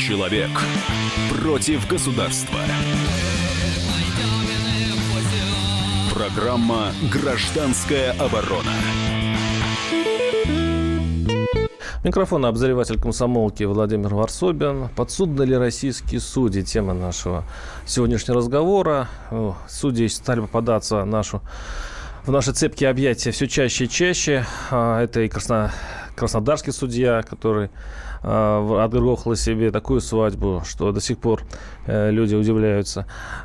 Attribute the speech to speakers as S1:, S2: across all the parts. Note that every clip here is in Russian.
S1: Человек против государства. Программа «Гражданская оборона».
S2: Микрофон обозреватель комсомолки Владимир Варсобин. Подсудны ли российские судьи? Тема нашего сегодняшнего разговора. Судьи стали попадаться в наши цепкие объятия все чаще и чаще. Это и краснодарский судья, который отгрохал себе такую свадьбу, что до сих пор люди удивляются.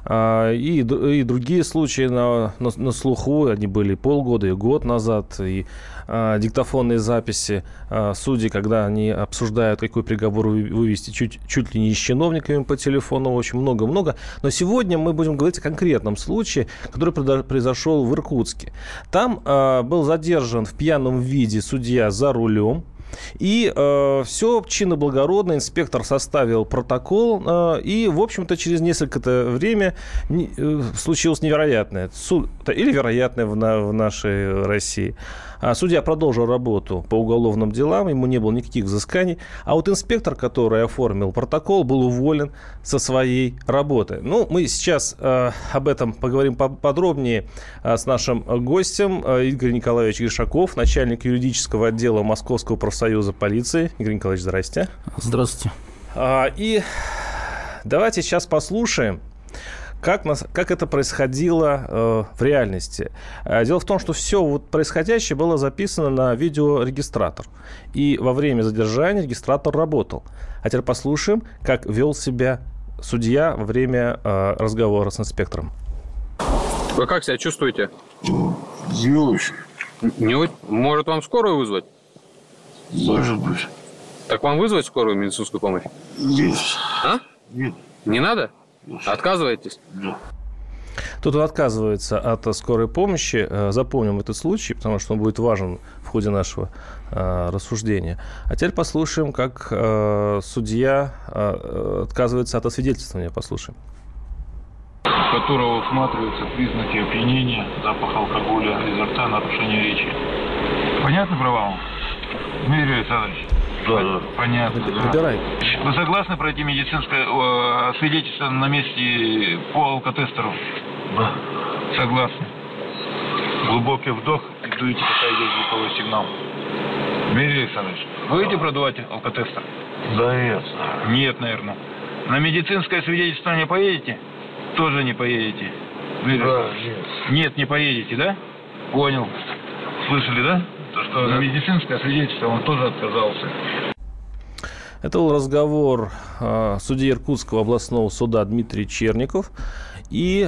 S2: И другие случаи на слуху. Они были полгода и год назад. И диктофонные записи судей, когда они обсуждают, какой приговор вывести, чуть ли не с чиновниками по телефону. В общем, много-много. Но сегодня мы будем говорить о конкретном случае, который произошел в Иркутске. Там был задержан в пьяном виде судья за рулем. И все чинно-благородно, инспектор составил протокол, и, в общем-то, через несколько время случилось невероятное, или вероятное в нашей России. Судья продолжил работу по уголовным делам, ему не было никаких взысканий, а вот инспектор, который оформил протокол, был уволен со своей работы. Ну, мы сейчас об этом поговорим подробнее с нашим гостем Игорь Николаевич Гришаков, начальник юридического отдела Московского профсоюза полиции. Игорь Николаевич, здрасте.
S3: Здравствуйте.
S2: И давайте сейчас послушаем, как это происходило в реальности. Дело в том, что все вот происходящее было записано на видеорегистратор. И во время задержания регистратор работал. А теперь послушаем, как вел себя судья во время разговора с инспектором.
S4: Вы как себя чувствуете?
S5: Не очень.
S4: Может, вам скорую вызвать?
S5: Может быть.
S4: Так вам вызвать скорую медицинскую помощь?
S5: Нет.
S4: А?
S5: Нет.
S4: Не надо? Отказываетесь?
S5: Да.
S2: Тут он отказывается от скорой помощи. Запомним этот случай, потому что он будет важен в ходе нашего рассуждения. А теперь послушаем, как судья отказывается от освидетельствования. Послушаем.
S6: У которого усматриваются признаки опьянения, запах алкоголя, изо рта, нарушение речи. Понятно про вам? Дмитрий Александрович?
S5: Да.
S6: Понятно.
S2: Выбирай.
S6: Вы согласны пройти медицинское свидетельство на месте по алкотестеру?
S5: Да.
S6: Согласны. Глубокий вдох и дуете, пока идет звуковой сигнал. Дмитрий Александрович, будете продувать алкотестер?
S5: Да нет.
S6: Нет, наверное. На медицинское свидетельство не поедете? Тоже не поедете. Дмитрий Александрович? Нет, не поедете, да? Понял. Слышали, да? То, что на медицинское свидетельство он тоже отказался.
S2: Это был разговор судьи Иркутского областного суда Дмитрий Черников и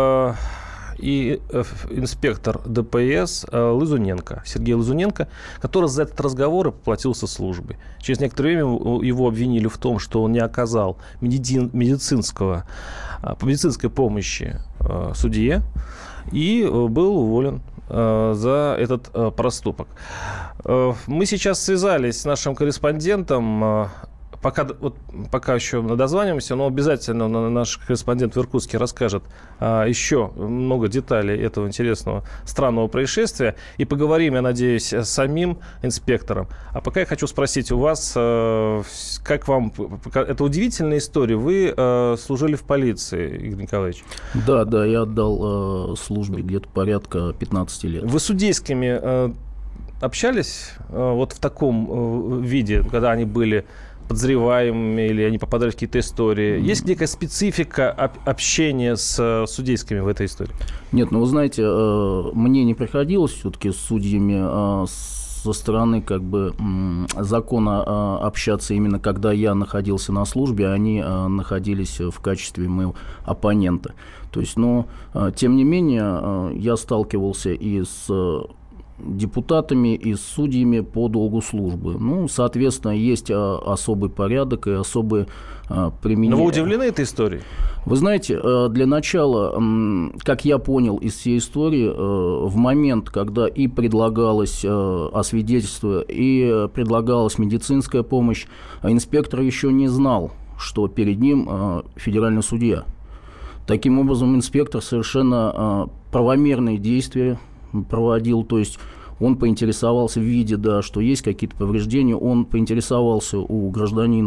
S2: инспектор ДПС Лызуненко, Сергей Лызуненко, который за этот разговор и поплатился службой. Через некоторое время его обвинили в том, что он не оказал медицинской помощи судье и был уволен за этот проступок. Мы сейчас связались с нашим корреспондентом. Пока еще дозваниваемся, но обязательно наш корреспондент в Иркутске расскажет еще много деталей этого интересного, странного происшествия. И поговорим, я надеюсь, с самим инспектором. А пока я хочу спросить у вас, как вам... Это удивительная история. Вы служили в полиции, Игорь Николаевич.
S3: Да, я отдал службе где-то порядка 15 лет.
S2: Вы с судейскими общались вот в таком виде, когда они были подозреваемыми или они попадали в какие-то истории? Есть некая специфика общения с судейскими в этой истории?
S3: Нет, вы знаете, мне не приходилось все-таки с судьями со стороны закона общаться именно когда я находился на службе, они находились в качестве моего оппонента. То есть, тем не менее, я сталкивался и с депутатами и с судьями по долгу службы. Соответственно, есть особый порядок и особые применения.
S2: Но вы удивлены этой историей?
S3: Вы знаете, для начала, как я понял из всей истории, в момент, когда и предлагалось освидетельство, и предлагалась медицинская помощь, инспектор еще не знал, что перед ним федеральный судья. Таким образом, инспектор совершенно правомерные действия проводил, то есть он поинтересовался, видя, что есть какие-то повреждения, он поинтересовался у гражданина,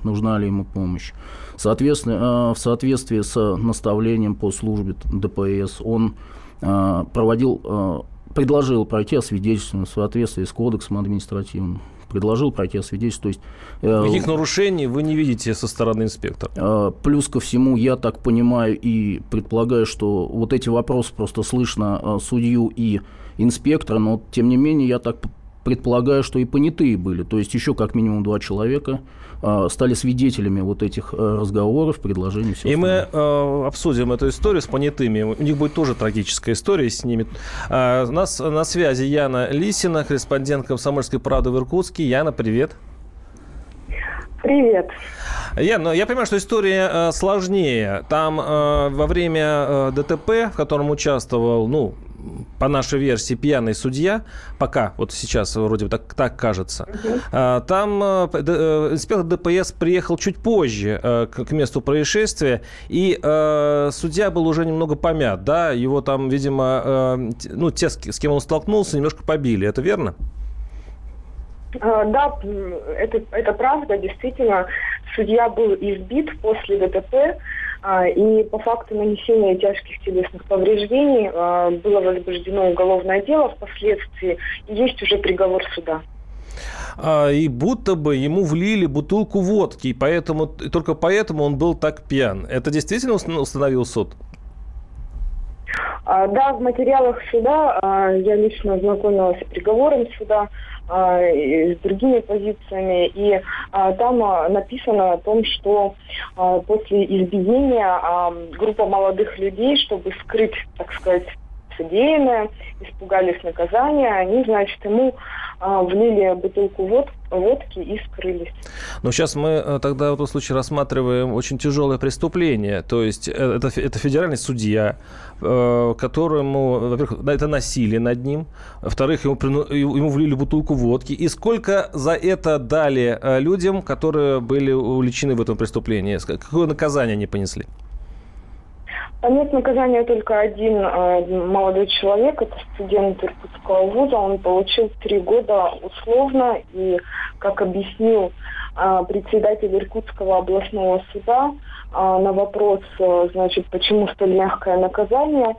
S3: нужна ли ему помощь. Соответственно, в соответствии с наставлением по службе ДПС он предложил пройти освидетельствование в соответствии с кодексом административным. Предложил пройти освидетельствование.
S2: Каких нарушений вы не видите со стороны инспектора?
S3: Плюс ко всему, я так понимаю и предполагаю, что вот эти вопросы просто слышно судью и инспектора, но тем не менее я так предполагаю, что и понятые были. То есть еще как минимум 2 человека стали свидетелями вот этих разговоров, предложений.
S2: И мы обсудим эту историю с понятыми. У них будет тоже трагическая история с ними. У нас на связи Яна Лисина, корреспондент «Комсомольской правды» в Иркутске. Яна, привет.
S7: Привет.
S2: Яна, я понимаю, что история сложнее. Там во время ДТП, в котором участвовал, по нашей версии, пьяный судья, пока, вот сейчас вроде бы так кажется, там инспектор ДПС приехал чуть позже к месту происшествия, и судья был уже немного помят, да, его там, видимо, те, с кем он столкнулся, немножко побили, это верно?
S7: Да, это правда, действительно, судья был избит после ДТП, и по факту нанесения тяжких телесных повреждений было возбуждено уголовное дело впоследствии, и есть уже приговор суда.
S2: И будто бы ему влили бутылку водки, и только поэтому он был так пьян. Это действительно установил суд?
S7: Да, в материалах суда я лично ознакомилась с приговором суда, с другими позициями, и там написано о том, что после избиения группа молодых людей, чтобы скрыть, так сказать, содеянное, испугались наказания, они, значит, ему влили бутылку водки и скрылись.
S2: Но сейчас мы тогда в этом случае рассматриваем очень тяжелое преступление. То есть это федеральный судья, которому, во-первых, это насилие над ним, во-вторых, ему влили бутылку водки. И сколько за это дали людям, которые были увлечены в этом преступлении? Какое наказание они понесли?
S7: Понес наказание только один молодой человек, это студент Иркутского вуза. Он получил 3 года условно, и, как объяснил председатель Иркутского областного суда на вопрос, значит, почему столь мягкое наказание,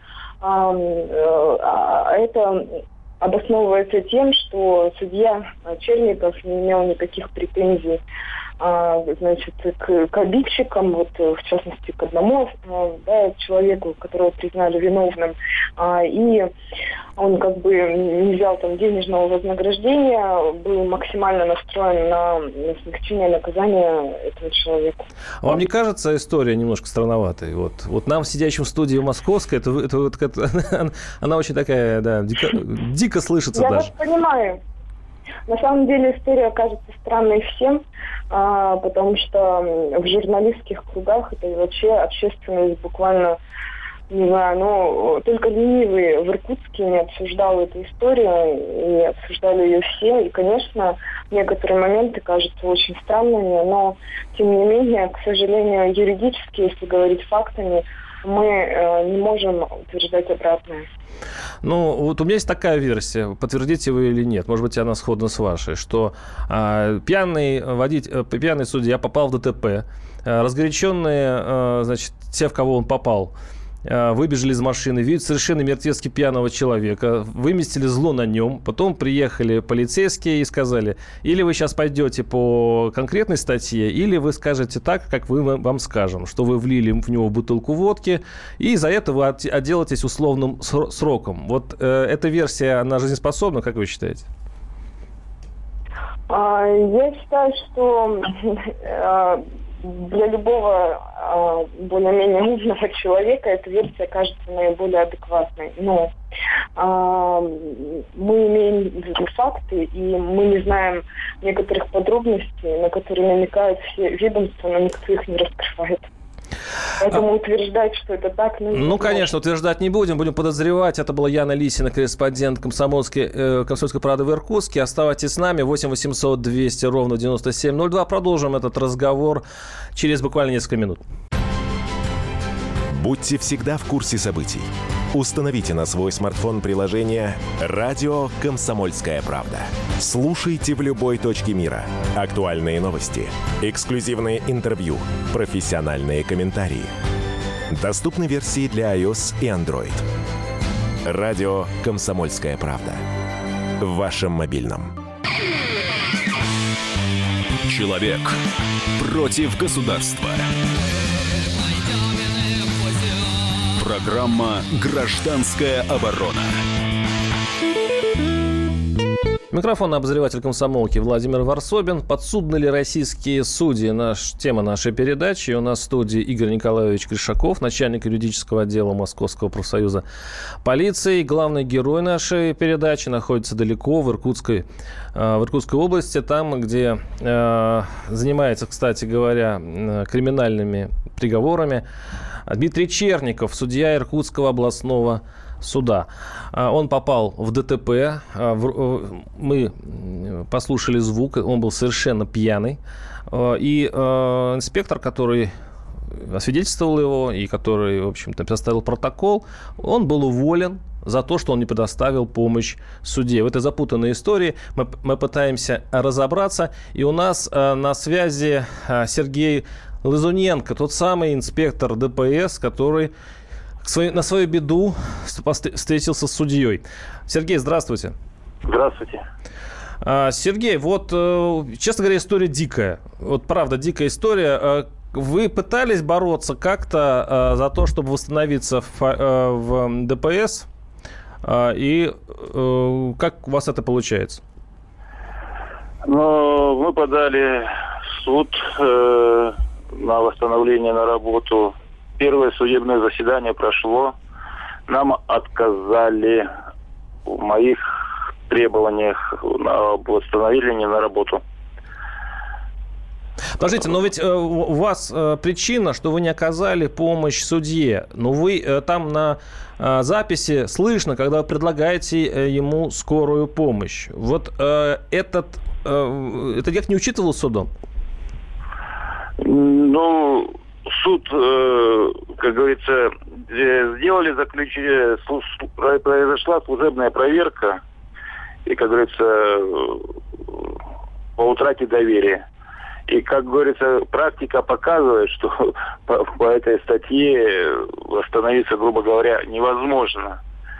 S7: это обосновывается тем, что судья Черников не имел никаких претензий, значит, к обидчикам, вот в частности к одному человеку, которого признали виновным, и он как бы не взял там денежного вознаграждения, был максимально настроен на смягчение наказания этому человеку.
S2: Вам не кажется история немножко странноватой? Вот нам, сидящим в студии Московской, она очень такая, да, дико слышится даже.
S7: Я вас понимаю. На самом деле история кажется странной всем, потому что в журналистских кругах это вообще общественность буквально, не знаю, только ленивый в Иркутске не обсуждал эту историю, и обсуждали ее все. И, конечно, некоторые моменты кажутся очень странными, но, тем не менее, к сожалению, юридически, если говорить фактами, мы не можем утверждать обратное.
S2: Вот у меня есть такая версия, подтвердите вы или нет, может быть, она сходна с вашей, что пьяный судья попал в ДТП, разгоряченные, значит, те, в кого он попал, выбежали из машины, видят совершенно мертвецки пьяного человека, выместили зло на нем, потом приехали полицейские и сказали, или вы сейчас пойдете по конкретной статье, или вы скажете так, как вам скажем, что вы влили в него бутылку водки, и за это вы отделаетесь условным сроком. Вот эта версия, она жизнеспособна, как вы считаете?
S7: Я считаю, что для любого более-менее умного человека эта версия кажется наиболее адекватной. Но мы имеем в виду факты, и мы не знаем некоторых подробностей, на которые намекают все ведомства, но никто их не раскрывает. Поэтому утверждать, что это так... конечно,
S2: утверждать не будем подозревать. Это была Яна Лисина, корреспондент «Комсомольской правды» в Иркутске. Оставайтесь с нами. 8 800 200 ровно 9702. Продолжим этот разговор через буквально несколько минут.
S1: Будьте всегда в курсе событий.
S8: Установите на свой смартфон приложение «Радио Комсомольская правда». Слушайте в любой точке мира. Актуальные новости, эксклюзивные интервью, профессиональные комментарии. Доступны версии для iOS и Android. «Радио Комсомольская правда». В вашем мобильном.
S1: Человек против государства. Программа «Гражданская оборона».
S2: Микрофон обозреватель комсомолки Владимир Варсобин. Подсудны ли российские судьи? Тема нашей передачи. У нас в студии Игорь Николаевич Кришаков, начальник юридического отдела Московского профсоюза полиции. Главный герой нашей передачи находится далеко, в Иркутской области, там, где занимается, кстати говоря, криминальными приговорами Дмитрий Черников, судья Иркутского областного суда. Он попал в ДТП. Мы послушали звук. Он был совершенно пьяный. И инспектор, который освидетельствовал его и который, в общем-то, составил протокол, он был уволен за то, что он не предоставил помощь судье. В этой запутанной истории мы пытаемся разобраться. И у нас на связи Сергей Лазуненко, тот самый инспектор ДПС, который на свою беду встретился с судьей. Сергей, здравствуйте.
S9: Здравствуйте.
S2: Сергей, вот, честно говоря, история дикая. Вот правда, дикая история. Вы пытались бороться как-то за то, чтобы восстановиться в ДПС? И как у вас это получается?
S9: Ну, мы подали в суд на восстановление на работу. Первое судебное заседание прошло. Нам отказали в моих требованиях на восстановление на работу.
S2: Подождите, но ведь у вас причина, что вы не оказали помощь судье. Но вы там на записи слышно, когда вы предлагаете ему скорую помощь. Вот этот як не учитывал судом?
S9: Ну, суд, как говорится, сделали заключение, произошла служебная проверка, и, как говорится, по утрате доверия. И, как говорится, практика показывает, что по этой статье восстановиться, грубо говоря, невозможно.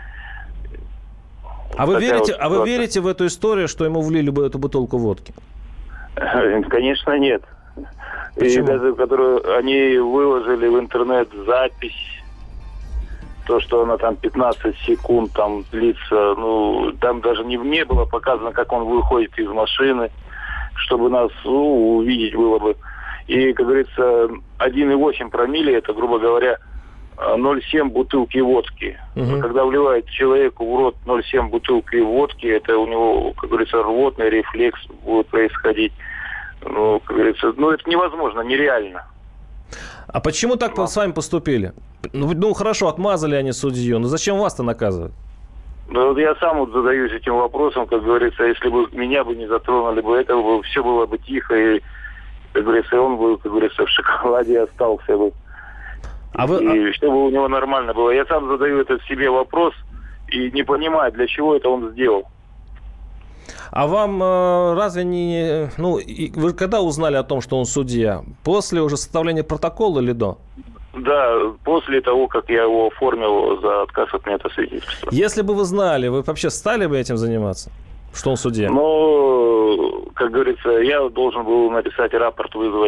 S2: А вы верите в эту историю, что ему влили бы эту бутылку водки?
S9: Конечно, нет.
S2: Почему?
S9: И даже которую они выложили в интернет запись, то, что она там 15 секунд там длится, ну, там даже не было показано, как он выходит из машины, чтобы нас увидеть было бы. И, как говорится, 1,8 промилле, это, грубо говоря, 0,7 бутылки водки.
S2: Угу.
S9: Когда вливает человеку в рот 0,7 бутылки водки, это у него, как говорится, рвотный рефлекс будет происходить. Ну, как говорится, это невозможно, нереально.
S2: А почему так с вами поступили? Ну, хорошо, отмазали они судью, но зачем вас-то наказывать?
S9: Ну, вот я сам вот задаюсь этим вопросом, как говорится, если бы меня бы не затронули бы, это бы все было бы тихо, и, как говорится, он бы, как говорится, в шоколаде остался бы. И все бы у него нормально было. Я сам задаю этот себе вопрос и не понимаю, для чего это он сделал.
S2: А вам разве не... Ну, вы когда узнали о том, что он судья? После уже составления протокола или до?
S9: Да, после того, как я его оформил за отказ от медосвидетельства.
S2: Если бы вы знали, вы вообще стали бы этим заниматься? Что он судья?
S9: Ну, как говорится, я должен был написать рапорт, вызвать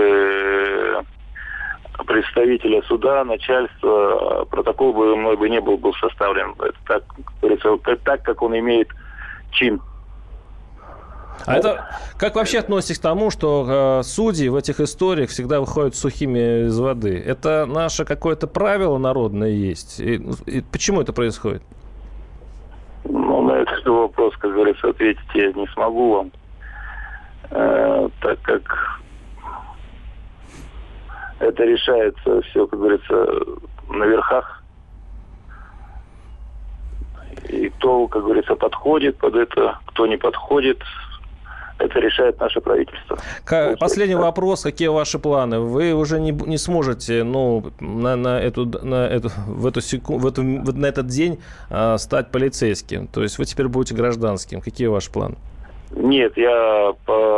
S9: представителя суда, начальства. Протокол бы мной бы не был составлен. Это так, говорится, так, как он имеет чин.
S2: А это как вообще относитесь к тому, что судьи в этих историях всегда выходят сухими из воды? Это наше какое-то правило народное есть? И почему это происходит?
S9: Ну, на этот вопрос, как говорится, ответить я не смогу вам, так как это решается все, как говорится, на верхах. И кто, как говорится, подходит под это, кто не подходит, это решает наше правительство.
S2: Последний вопрос. Какие ваши планы? Вы уже не сможете на этот день стать полицейским. То есть вы теперь будете гражданским. Какие ваши планы?
S9: Нет, я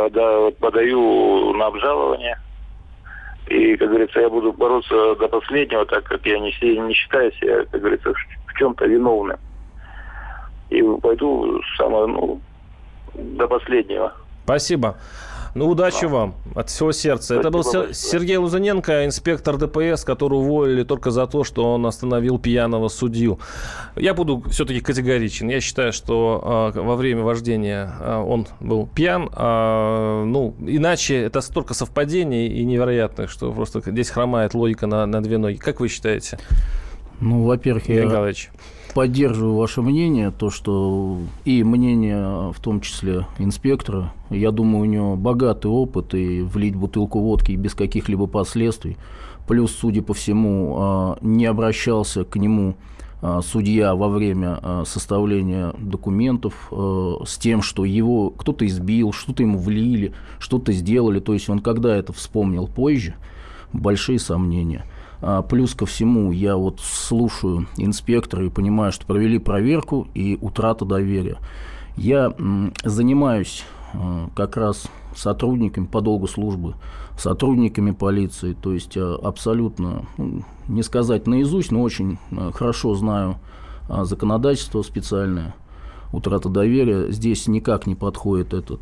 S9: подаю на обжалование. И, как говорится, я буду бороться до последнего, так как я не считаю себя, как говорится, в чем-то виновным. И пойду до последнего.
S2: Спасибо. Удачи вам от всего сердца. Это был Сергей Лузаненко, инспектор ДПС, которого уволили только за то, что он остановил пьяного судью. Я буду все-таки категоричен. Я считаю, что во время вождения он был пьян. Иначе это столько совпадений и невероятных, что просто здесь хромает логика на две ноги. Как вы считаете?
S3: Во-первых, я поддерживаю ваше мнение, то, что и мнение, в том числе инспектора, я думаю, у него богатый опыт, и влить бутылку водки без каких-либо последствий. Плюс, судя по всему, не обращался к нему судья во время составления документов с тем, что его кто-то избил, что-то ему влили, что-то сделали. То есть он когда это вспомнил позже, большие сомнения. Плюс ко всему, я слушаю инспектора и понимаю, что провели проверку и утрата доверия. Я занимаюсь как раз сотрудниками по долгу службы, сотрудниками полиции, то есть абсолютно, не сказать наизусть, но очень хорошо знаю законодательство специальное. Утрата доверия. Здесь никак не подходит этот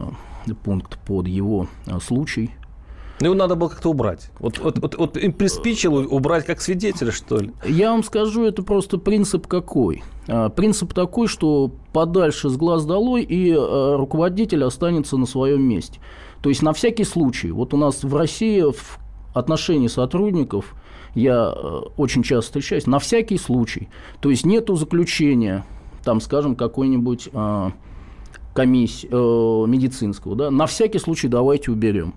S3: пункт под его случай.
S2: Его надо было как-то убрать. Им приспичило убрать как свидетеля, что ли?
S3: Я вам скажу, это просто принцип какой. Принцип такой, что подальше с глаз долой, и руководитель останется на своем месте. То есть на всякий случай. У нас в России в отношении сотрудников я очень часто встречаюсь, на всякий случай. То есть нету заключения, скажем, какой-нибудь комиссии медицинского. Да? На всякий случай давайте уберем.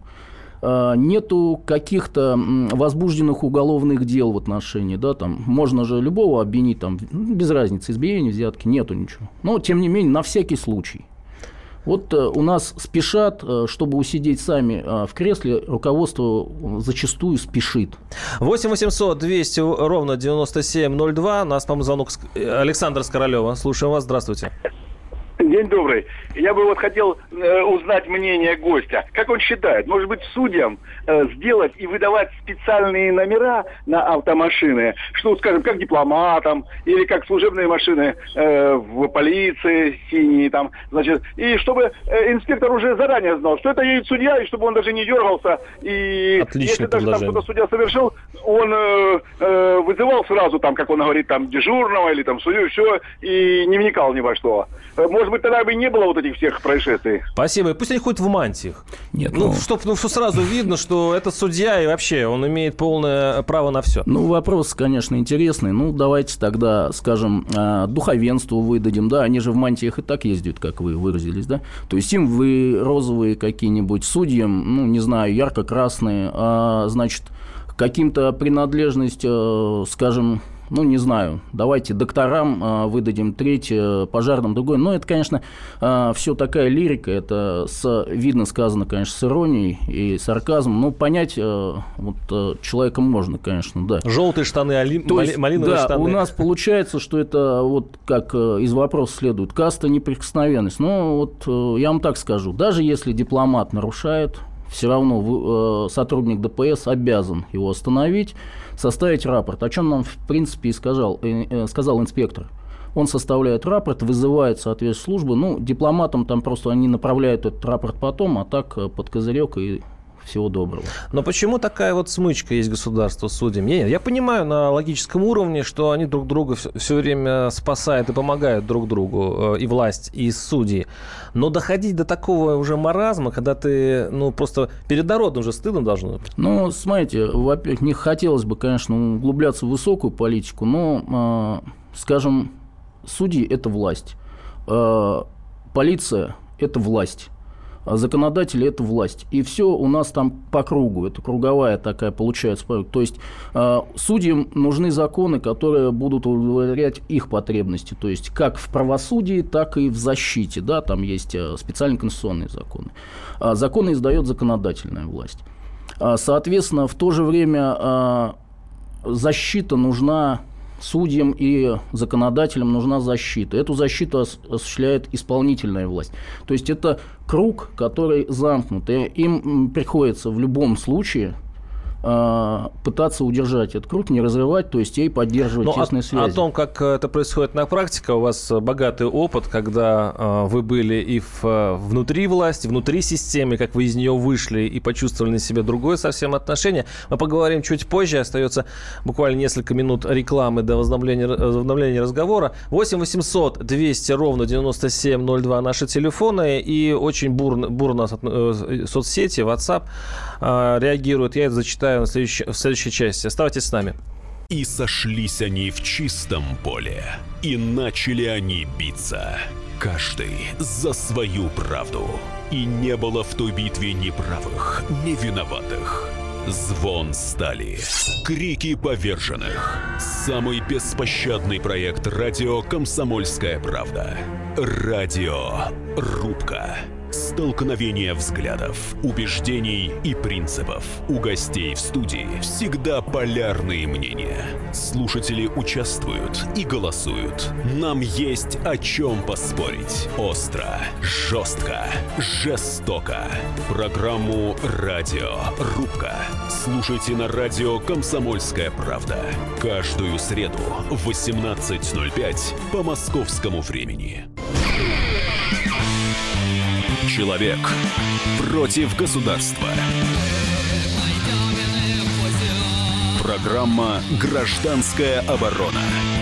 S3: Нету каких-то возбужденных уголовных дел в отношении, можно же любого обвинить, без разницы, избиение, взятки, нету ничего. Но, тем не менее, на всякий случай. У нас спешат, чтобы усидеть сами в кресле, руководство зачастую спешит.
S2: 8 800 200 ровно 9702. У нас, по-моему, звонок Александр с Королева. Слушаем вас, здравствуйте.
S10: День добрый. Я бы хотел узнать мнение гостя. Как он считает, может быть, судьям сделать и выдавать специальные номера на автомашины, что, скажем, как дипломатам или как служебные машины в полиции, синие и чтобы инспектор уже заранее знал, что это едет судья, и чтобы он даже не дергался. И если даже что-то судья совершил, он вызывал сразу, как он говорит, дежурного или судью, все, и не вникал ни во что. Может быть, тогда бы не было этих всех происшествий.
S2: Спасибо. И пусть они ходят в мантиях.
S3: Нет,
S2: чтобы сразу видно, что это судья, и вообще он имеет полное право на все.
S3: Вопрос, конечно, интересный. Давайте тогда, скажем, духовенству выдадим. Да, они же в мантиях и так ездят, как вы выразились, да? То есть им вы розовые какие-нибудь, судьям, не знаю, ярко-красные, каким-то принадлежность, скажем, не знаю, давайте докторам выдадим треть, пожарным другой. Но это, конечно, все такая лирика, это видно сказано, конечно, с иронией и сарказмом, но понять человека можно, конечно, да.
S2: Желтые штаны, малиновые штаны.
S3: У нас получается, что это, как из вопроса следует, каста неприкосновенность. Но я вам так скажу, даже если дипломат нарушает, все равно сотрудник ДПС обязан его остановить, составить рапорт, о чем нам, в принципе, и сказал инспектор. Он составляет рапорт, вызывает, соответственно, службу. Дипломатам просто они направляют этот рапорт потом, а так под козырек и всего доброго.
S2: Но почему такая смычка есть государства с судьями? Я понимаю на логическом уровне, что они друг друга все время спасают и помогают друг другу, и власть, и судьи. Но доходить до такого уже маразма, когда ты, просто перед народом уже стыдно должно быть.
S3: Смотрите, во-первых, не хотелось бы, конечно, углубляться в высокую политику, но, скажем, судьи – это власть, полиция – это власть. законодатель – это власть. И все у нас там по кругу. Это круговая такая получается. То есть судьям нужны законы, которые будут удовлетворять их потребности. То есть как в правосудии, так и в защите. Да, там есть специальные конституционные законы. Законы издает законодательная власть. Соответственно, в то же время защита нужна судьям и законодателям, нужна защита. Эту защиту осуществляет исполнительная власть. То есть это круг, который замкнут. И им приходится в любом случае пытаться удержать этот круг, не разрывать, то есть и поддерживать тесные связи.
S2: О том, как это происходит на практике, у вас богатый опыт, когда вы были и внутри власти, внутри системы, как вы из нее вышли и почувствовали на себе другое совсем отношение. Мы поговорим чуть позже, остается буквально несколько минут рекламы до возобновления разговора. 8 800 200 ровно 9702 наши телефоны, и очень бурно соцсети, WhatsApp реагируют. Я это зачитаю в следующей части. Оставайтесь с нами.
S1: И сошлись они в чистом поле, и начали они биться, каждый за свою правду. И не было в той битве ни правых, ни виноватых. Звон стали, крики поверженных. Самый беспощадный проект радио «Комсомольская правда». Радиорубка. Столкновение взглядов, убеждений и принципов. У гостей в студии всегда полярные мнения. Слушатели участвуют и голосуют. Нам есть о чем поспорить. Остро, жестко, жестоко. Программу «Радиорубка» слушайте на радио «Комсомольская правда». Каждую среду в 18:05 по московскому времени. Человек против государства. Программа «Гражданская оборона».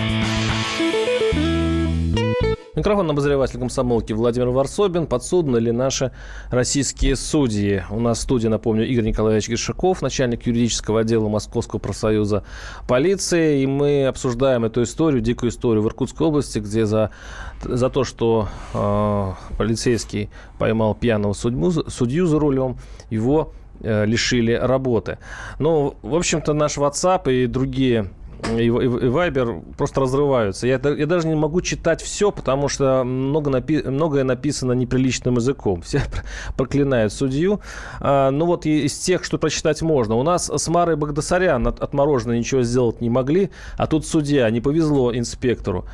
S2: Микрофон обозреватель комсомолки Владимир Варсобин. Подсудны ли наши российские судьи? У нас в студии, напомню, Игорь Николаевич Гершаков, начальник юридического отдела Московского профсоюза полиции. И мы обсуждаем эту историю, дикую историю в Иркутской области, где за то, что полицейский поймал пьяного судью за рулем, его лишили работы. Ну, в общем-то, наш WhatsApp и другие... И Вайбер просто разрываются. Я даже не могу читать все, потому что многое написано неприличным языком. Все проклинают судью. Ну вот из тех, что прочитать можно. У нас с Марой Багдасарян отмороженно ничего сделать не могли, а тут судья. Не повезло инспектору.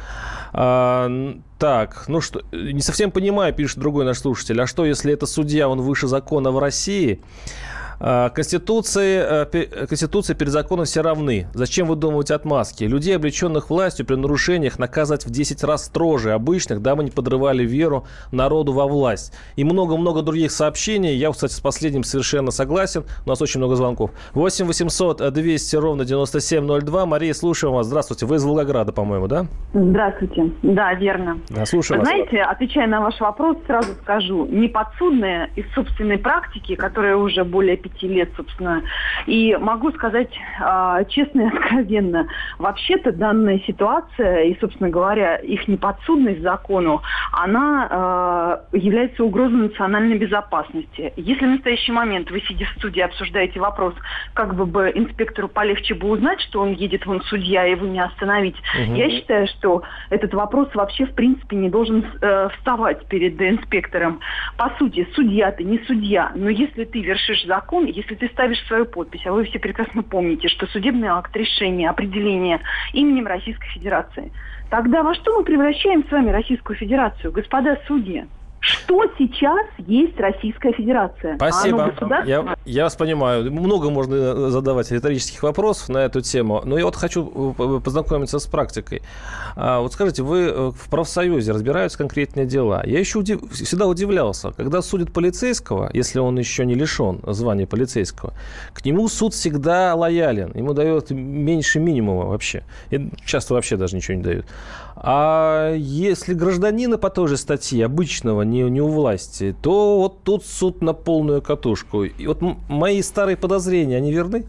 S2: Так, ну что, не совсем понимаю, пишет другой наш слушатель. А что, если это судья, он выше закона в России? Конституция перед законом все равны. Зачем выдумывать отмазки? Людей, облеченных властью, при нарушениях наказывать в 10 раз строже обычных, дабы не подрывали веру народу во власть. И много-много других сообщений. Я, кстати, с последним совершенно согласен. У нас очень много звонков. 8 800 200 ровно 9702. Мария, слушаем вас. Здравствуйте. Вы из Волгограда, по-моему, да?
S11: Здравствуйте. Да, верно.
S2: Да, слушаю вас.
S11: Знаете, отвечая на ваш вопрос, сразу скажу. Неподсудное из собственной практики, которая уже более 5 лет, собственно. И могу сказать честно и откровенно, вообще-то данная ситуация и, собственно говоря, их неподсудность закону, она является угрозой национальной безопасности. Если в настоящий момент вы, сидя в студии, обсуждаете вопрос, как бы инспектору полегче бы узнать, что он едет, вон судья, и его не остановить, я считаю, что этот вопрос вообще, в принципе, не должен вставать перед инспектором. По сути, судья ты не судья, но если ты вершишь закон, если ты ставишь свою подпись, а вы все прекрасно помните, что судебный акт решения, определение именем Российской Федерации, тогда во что мы превращаем с вами Российскую Федерацию, господа судьи? Что сейчас есть Российская Федерация?
S2: Спасибо. Я вас понимаю. Много можно задавать риторических вопросов на эту тему. Но я вот хочу познакомиться с практикой. Вот скажите, вы в профсоюзе разбираются конкретные дела. Я еще всегда удивлялся, когда судят полицейского, если он еще не лишен звания полицейского, к нему суд всегда лоялен. Ему дают меньше минимума вообще. И часто вообще даже ничего не дают. А если гражданина по той же статье, обычного, не у власти, то вот тут суд на полную катушку. И вот мои старые подозрения, они верны?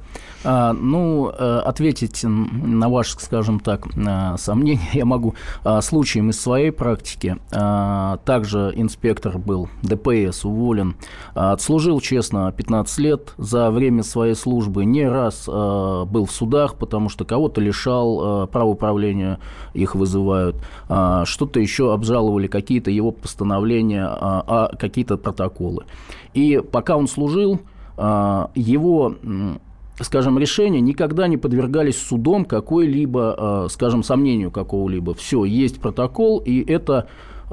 S3: Ответить на ваше, скажем так, сомнение я могу случаем из своей практики. Также инспектор был ДПС, уволен. Отслужил, честно, 15 лет. За время своей службы не раз был в судах, потому что кого-то лишал права управления, их вызывают. Что-то еще обжаловали, какие-то его постановления, какие-то протоколы. И пока он служил, его, скажем, решения никогда не подвергались судом какой-либо, скажем, сомнению какого-либо. Все, есть протокол, и это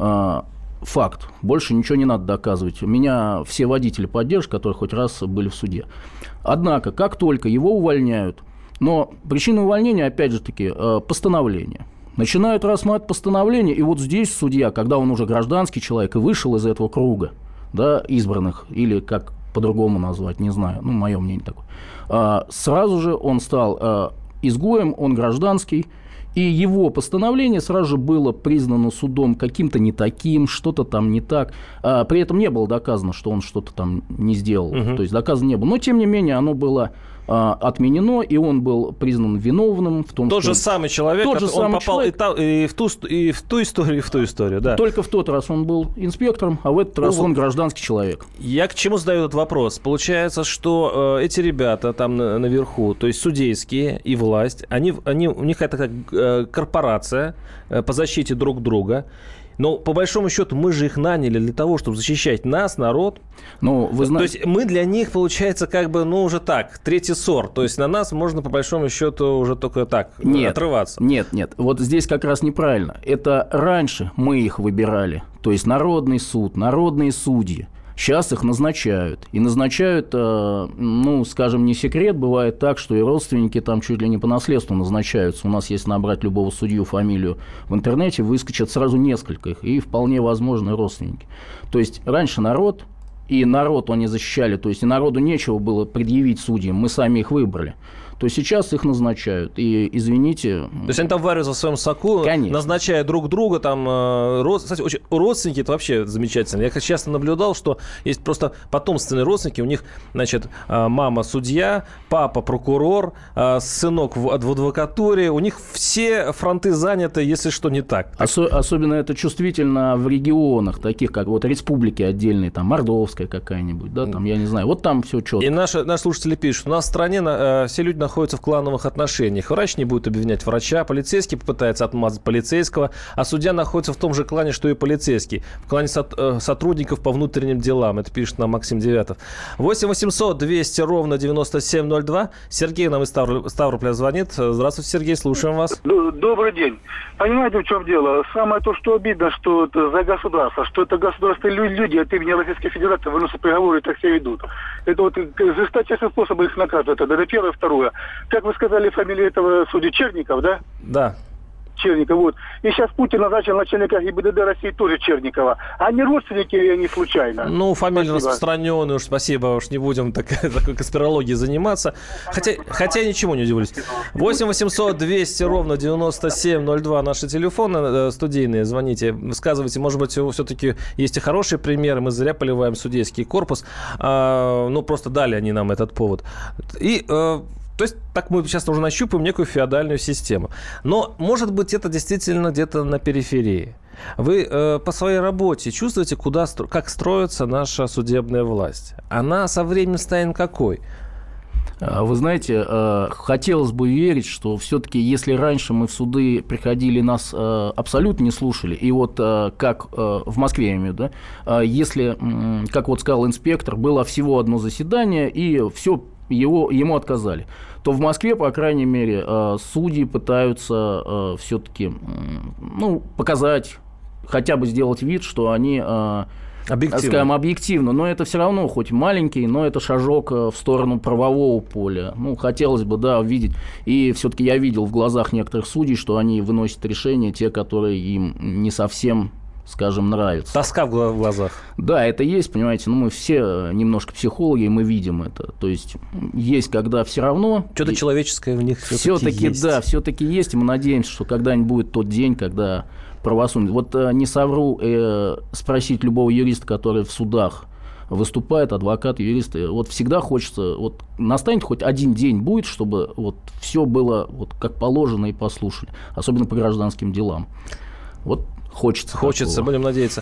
S3: факт. Больше ничего не надо доказывать. У меня все водители поддержки, которые хоть раз были в суде. Однако, как только его увольняют, но причина увольнения, опять же таки, постановление. Начинают рассматривать постановление, и вот здесь судья, когда он уже гражданский человек и вышел из этого круга, да, избранных, или как по-другому назвать, не знаю, мое мнение такое, сразу же он стал изгоем, он гражданский, и его постановление сразу же было признано судом каким-то не таким, что-то там не так. При этом не было доказано, что он что-то там не сделал, то есть доказано не было. Но, тем не менее, оно было отменено, и он был признан виновным в том,
S2: тот
S3: что...
S2: же самый человек, он попал и в ту историю, и в ту историю, да.
S3: Только в тот раз он был инспектором, а в этот раз он гражданский человек.
S2: Я к чему задаю этот вопрос? Получается, что эти ребята там наверху, то есть судейские и власть, у них такая корпорация по защите друг друга. Но, по большому счету, мы же их наняли для того, чтобы защищать нас, народ.
S3: То
S2: есть мы для них, получается, уже так, третий сорт. То есть на нас можно, по большому счету, уже только так отрываться.
S3: Нет. Вот здесь как раз неправильно. Это раньше мы их выбирали. То есть народный суд, народные судьи. Сейчас их назначают. И назначают, скажем, не секрет, бывает так, что и родственники там чуть ли не по наследству назначаются. У нас, если набрать любого судью фамилию в интернете, выскочат сразу несколько их, и вполне возможны родственники. То есть раньше народ, и народ они защищали, то есть и народу нечего было предъявить судьям, мы сами их выбрали. То сейчас их назначают. И, извините...
S2: То есть они там варятся в своем соку, конечно, назначая друг друга. Кстати, родственники – это вообще замечательно. Я часто наблюдал, что есть просто потомственные родственники. У них, мама судья, папа прокурор, сынок в адвокатуре. У них все фронты заняты, если что не так.
S3: Особенно это чувствительно в регионах, таких как вот республики отдельные, там Мордовская какая-нибудь, да, там, я не знаю. Вот там все четко.
S2: И наши слушатели пишут, у нас в стране все люди находятся в клановых отношениях. Врач не будет обвинять врача, полицейский попытается отмазать полицейского, а судья находится в том же клане, что и полицейский. В клане сотрудников по внутренним делам. Это пишет нам Максим Девятов. 8 800 200 ровно 9702. Сергей нам из Ставрополя звонит. Здравствуйте, Сергей, слушаем вас.
S12: Добрый день. Понимаете, в чем дело? Самое то, что обидно, что это за государство, что это государственные люди от имени Российской Федерации выносят приговоры и так себя ведут. Это вот жесточайший способ их наказывать. Это первое. Второе. Как вы сказали, фамилия этого судьи Черников, да?
S2: Да.
S12: Черников, вот. И сейчас Путин назначил начальника ГИБДД России тоже Черникова. Они родственники или они случайно?
S2: Фамилия распространенная, уж спасибо, уж не будем такой конспирологией заниматься. Хотя ничего не удивлюсь. 8 800 200 ровно 9702 наши телефоны студийные. Звоните, высказывайте. Может быть, все-таки есть и хорошие примеры. Мы зря поливаем судейский корпус. Просто дали они нам этот повод. То есть, так мы сейчас уже нащупаем некую феодальную систему. Но, может быть, это действительно где-то на периферии. Вы по своей работе чувствуете, как строится наша судебная власть? Она со временем станет какой?
S3: Вы знаете, хотелось бы верить, что все-таки, если раньше мы в суды приходили, нас абсолютно не слушали, и вот как в Москве, я имею в виду, да, если, как вот сказал инспектор, было всего одно заседание, и все, ему отказали, то в Москве, по крайней мере, судьи пытаются все-таки показать, хотя бы сделать вид, что они... Скажем, объективно, но это все равно, хоть маленький, но это шажок в сторону правового поля. Хотелось бы, увидеть. И все-таки я видел в глазах некоторых судей, что они выносят решения, те, которые им не совсем, скажем, нравятся.
S2: Тоска в глазах.
S3: Да, это есть, понимаете, мы все немножко психологи, и мы видим это. То есть, когда все равно...
S2: Что-то человеческое в них все-таки есть.
S3: Да, все-таки есть, и мы надеемся, что когда-нибудь будет тот день, когда... правосудие. Вот не совру спросить любого юриста, который в судах выступает адвокат, юрист. Вот всегда хочется, вот настанет хоть один день будет, чтобы вот все было вот как положено и послушали, особенно по гражданским делам. Вот хочется,
S2: будем надеяться.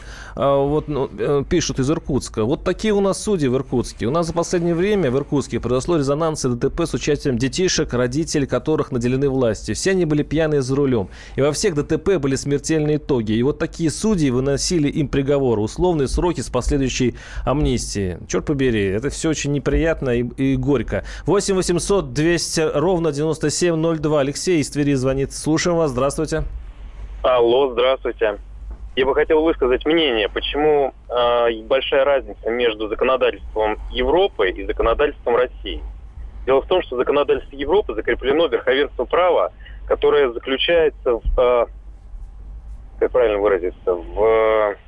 S2: Пишут из Иркутска. Вот такие у нас судьи в Иркутске. У нас за последнее время в Иркутске произошло резонансное ДТП с участием детишек, родители которых наделены властью. Все они были пьяные за рулем. И во всех ДТП были смертельные итоги. И вот такие судьи выносили им приговоры, условные сроки с последующей амнистией. Черт побери, это все очень неприятно и горько. 8 800 200 ровно 9702. Алексей из Твери звонит. Слушаем вас. Здравствуйте.
S13: Алло, здравствуйте. Я бы хотел высказать мнение, почему большая разница между законодательством Европы и законодательством России. Дело в том, что законодательство Европы закреплено верховенство права, которое заключается в, как правильно выразиться, в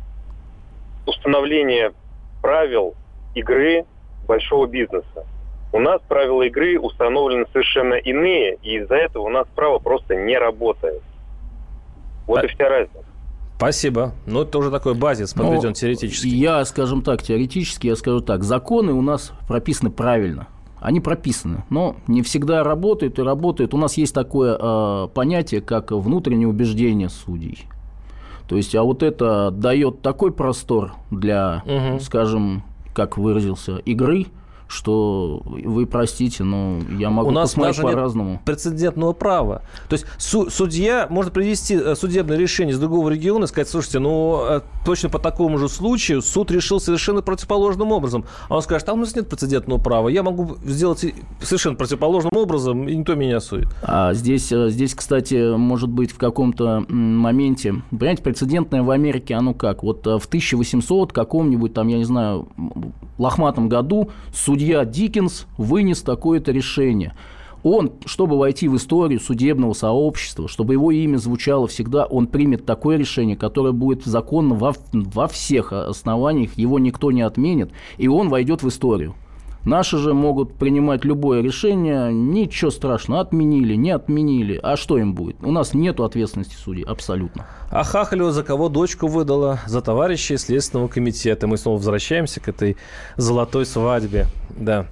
S13: установлении правил игры большого бизнеса. У нас правила игры установлены совершенно иные, и из-за этого у нас право просто не работает. Вот и вся разница.
S2: Спасибо. Ну, это уже такой базис подведен теоретически.
S3: Я, скажем так, теоретически, я скажу так, законы у нас прописаны правильно. Они прописаны, но не всегда работают и работают. У нас есть такое понятие, как внутреннее убеждение судей. То есть, а вот это дает такой простор для, скажем, как выразился, игры, что вы простите, но я могу посмотреть по-разному.
S2: У нас даже нет прецедентного права. То есть судья может привести судебное решение из другого региона и сказать: слушайте, точно по такому же случаю суд решил совершенно противоположным образом. А он скажет: у нас нет прецедентного права, я могу сделать совершенно противоположным образом, и никто меня не осудит.
S3: А здесь, кстати, может быть в каком-то моменте, понимаете, прецедентное в Америке, оно как? Вот в 1800 каком-нибудь там, я не знаю, лохматом году судья Диккенс вынес такое-то решение. Он, чтобы войти в историю судебного сообщества, чтобы его имя звучало всегда, он примет такое решение, которое будет законно во всех основаниях, его никто не отменит, и он войдет в историю. Наши же могут принимать любое решение, ничего страшного, отменили, не отменили, а что им будет? У нас нет ответственности судей, абсолютно.
S2: А Хахалева за кого дочку выдала? За товарищей Следственного комитета. Мы снова возвращаемся к этой золотой свадьбе. Да.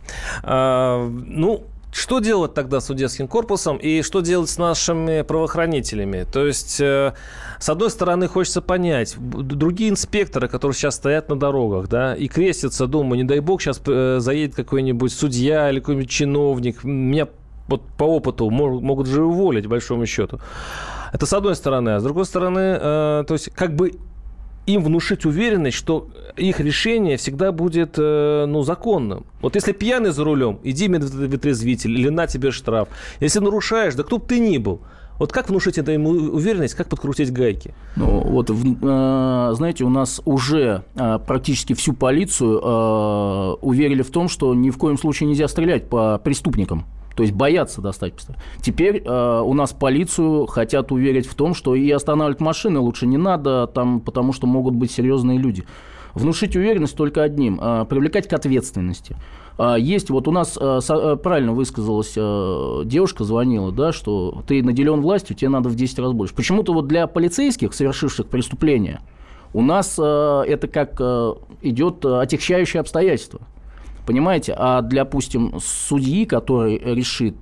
S2: Что делать тогда с судейским корпусом и что делать с нашими правоохранителями? То есть, с одной стороны, хочется понять, другие инспекторы, которые сейчас стоят на дорогах, да, и крестятся, думаю, не дай бог, сейчас заедет какой-нибудь судья или какой-нибудь чиновник, меня вот по опыту могут же уволить, по большому счету. Это с одной стороны. А с другой стороны, то есть, как бы им внушить уверенность, что их решение всегда будет законным. Вот если пьяный за рулем, иди медвытрезвитель или на тебе штраф. Если нарушаешь, да кто бы ты ни был. Вот как внушить это ему уверенность, как подкрутить гайки?
S3: Знаете, у нас уже практически всю полицию уверили в том, что ни в коем случае нельзя стрелять по преступникам. То есть боятся достать пистолет. Теперь у нас полицию хотят уверить в том, что и останавливать машины лучше не надо, потому что могут быть серьезные люди. Внушить уверенность только одним – привлекать к ответственности. Есть, вот у нас правильно высказалась девушка, звонила, да, что ты наделен властью, тебе надо в 10 раз больше. Почему-то вот для полицейских, совершивших преступления, у нас это как идет отягчающее обстоятельство. Понимаете? А для, допустим, судьи, который решит,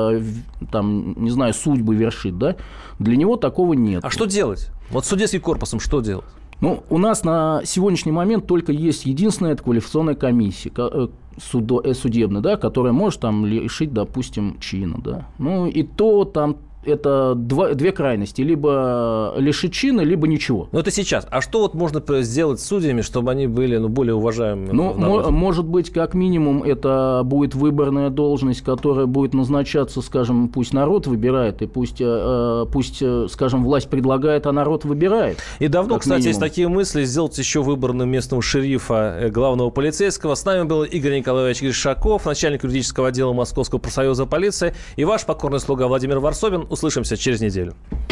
S3: не знаю, судьбы вершит, да, для него такого нет.
S2: А что делать? Вот с судейским корпусом что делать?
S3: У нас на сегодняшний момент только есть единственная квалификационная комиссия судебная, да, которая может там лишить, допустим, чина. Да. И то там это две крайности. Либо лишить чина, либо ничего.
S2: Это сейчас. А что вот можно сделать с судьями, чтобы они были более уважаемыми?
S3: Может быть, как минимум, это будет выборная должность, которая будет назначаться, скажем, пусть народ выбирает, и пусть, скажем, власть предлагает, а народ выбирает.
S2: И давно, кстати, есть такие мысли сделать еще выборным местного шерифа, главного полицейского. С нами был Игорь Николаевич Гришаков, начальник юридического отдела Московского профсоюза полиции, и ваш покорный слуга Владимир Варсобин. Услышимся через неделю.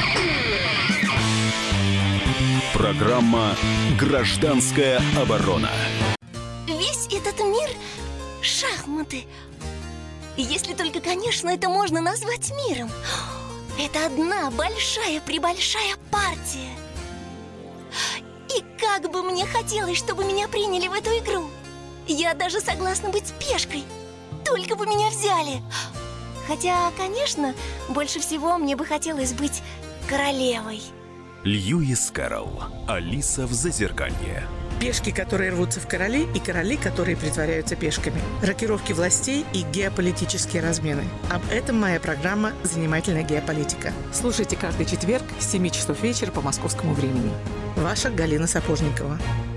S1: Программа «Гражданская оборона».
S14: Весь этот мир – шахматы. Если только, конечно, это можно назвать миром. Это одна большая-пребольшая партия. И как бы мне хотелось, чтобы меня приняли в эту игру. Я даже согласна быть пешкой. Только бы меня взяли. Хотя, конечно, больше всего мне бы хотелось быть королевой.
S1: Льюис Кэрролл. Алиса в Зазеркалье.
S15: Пешки, которые рвутся в короли, и короли, которые притворяются пешками. Рокировки властей и геополитические размены. Об этом моя программа «Занимательная геополитика». Слушайте каждый четверг с 7 часов вечера по московскому времени. Ваша Галина Сапожникова.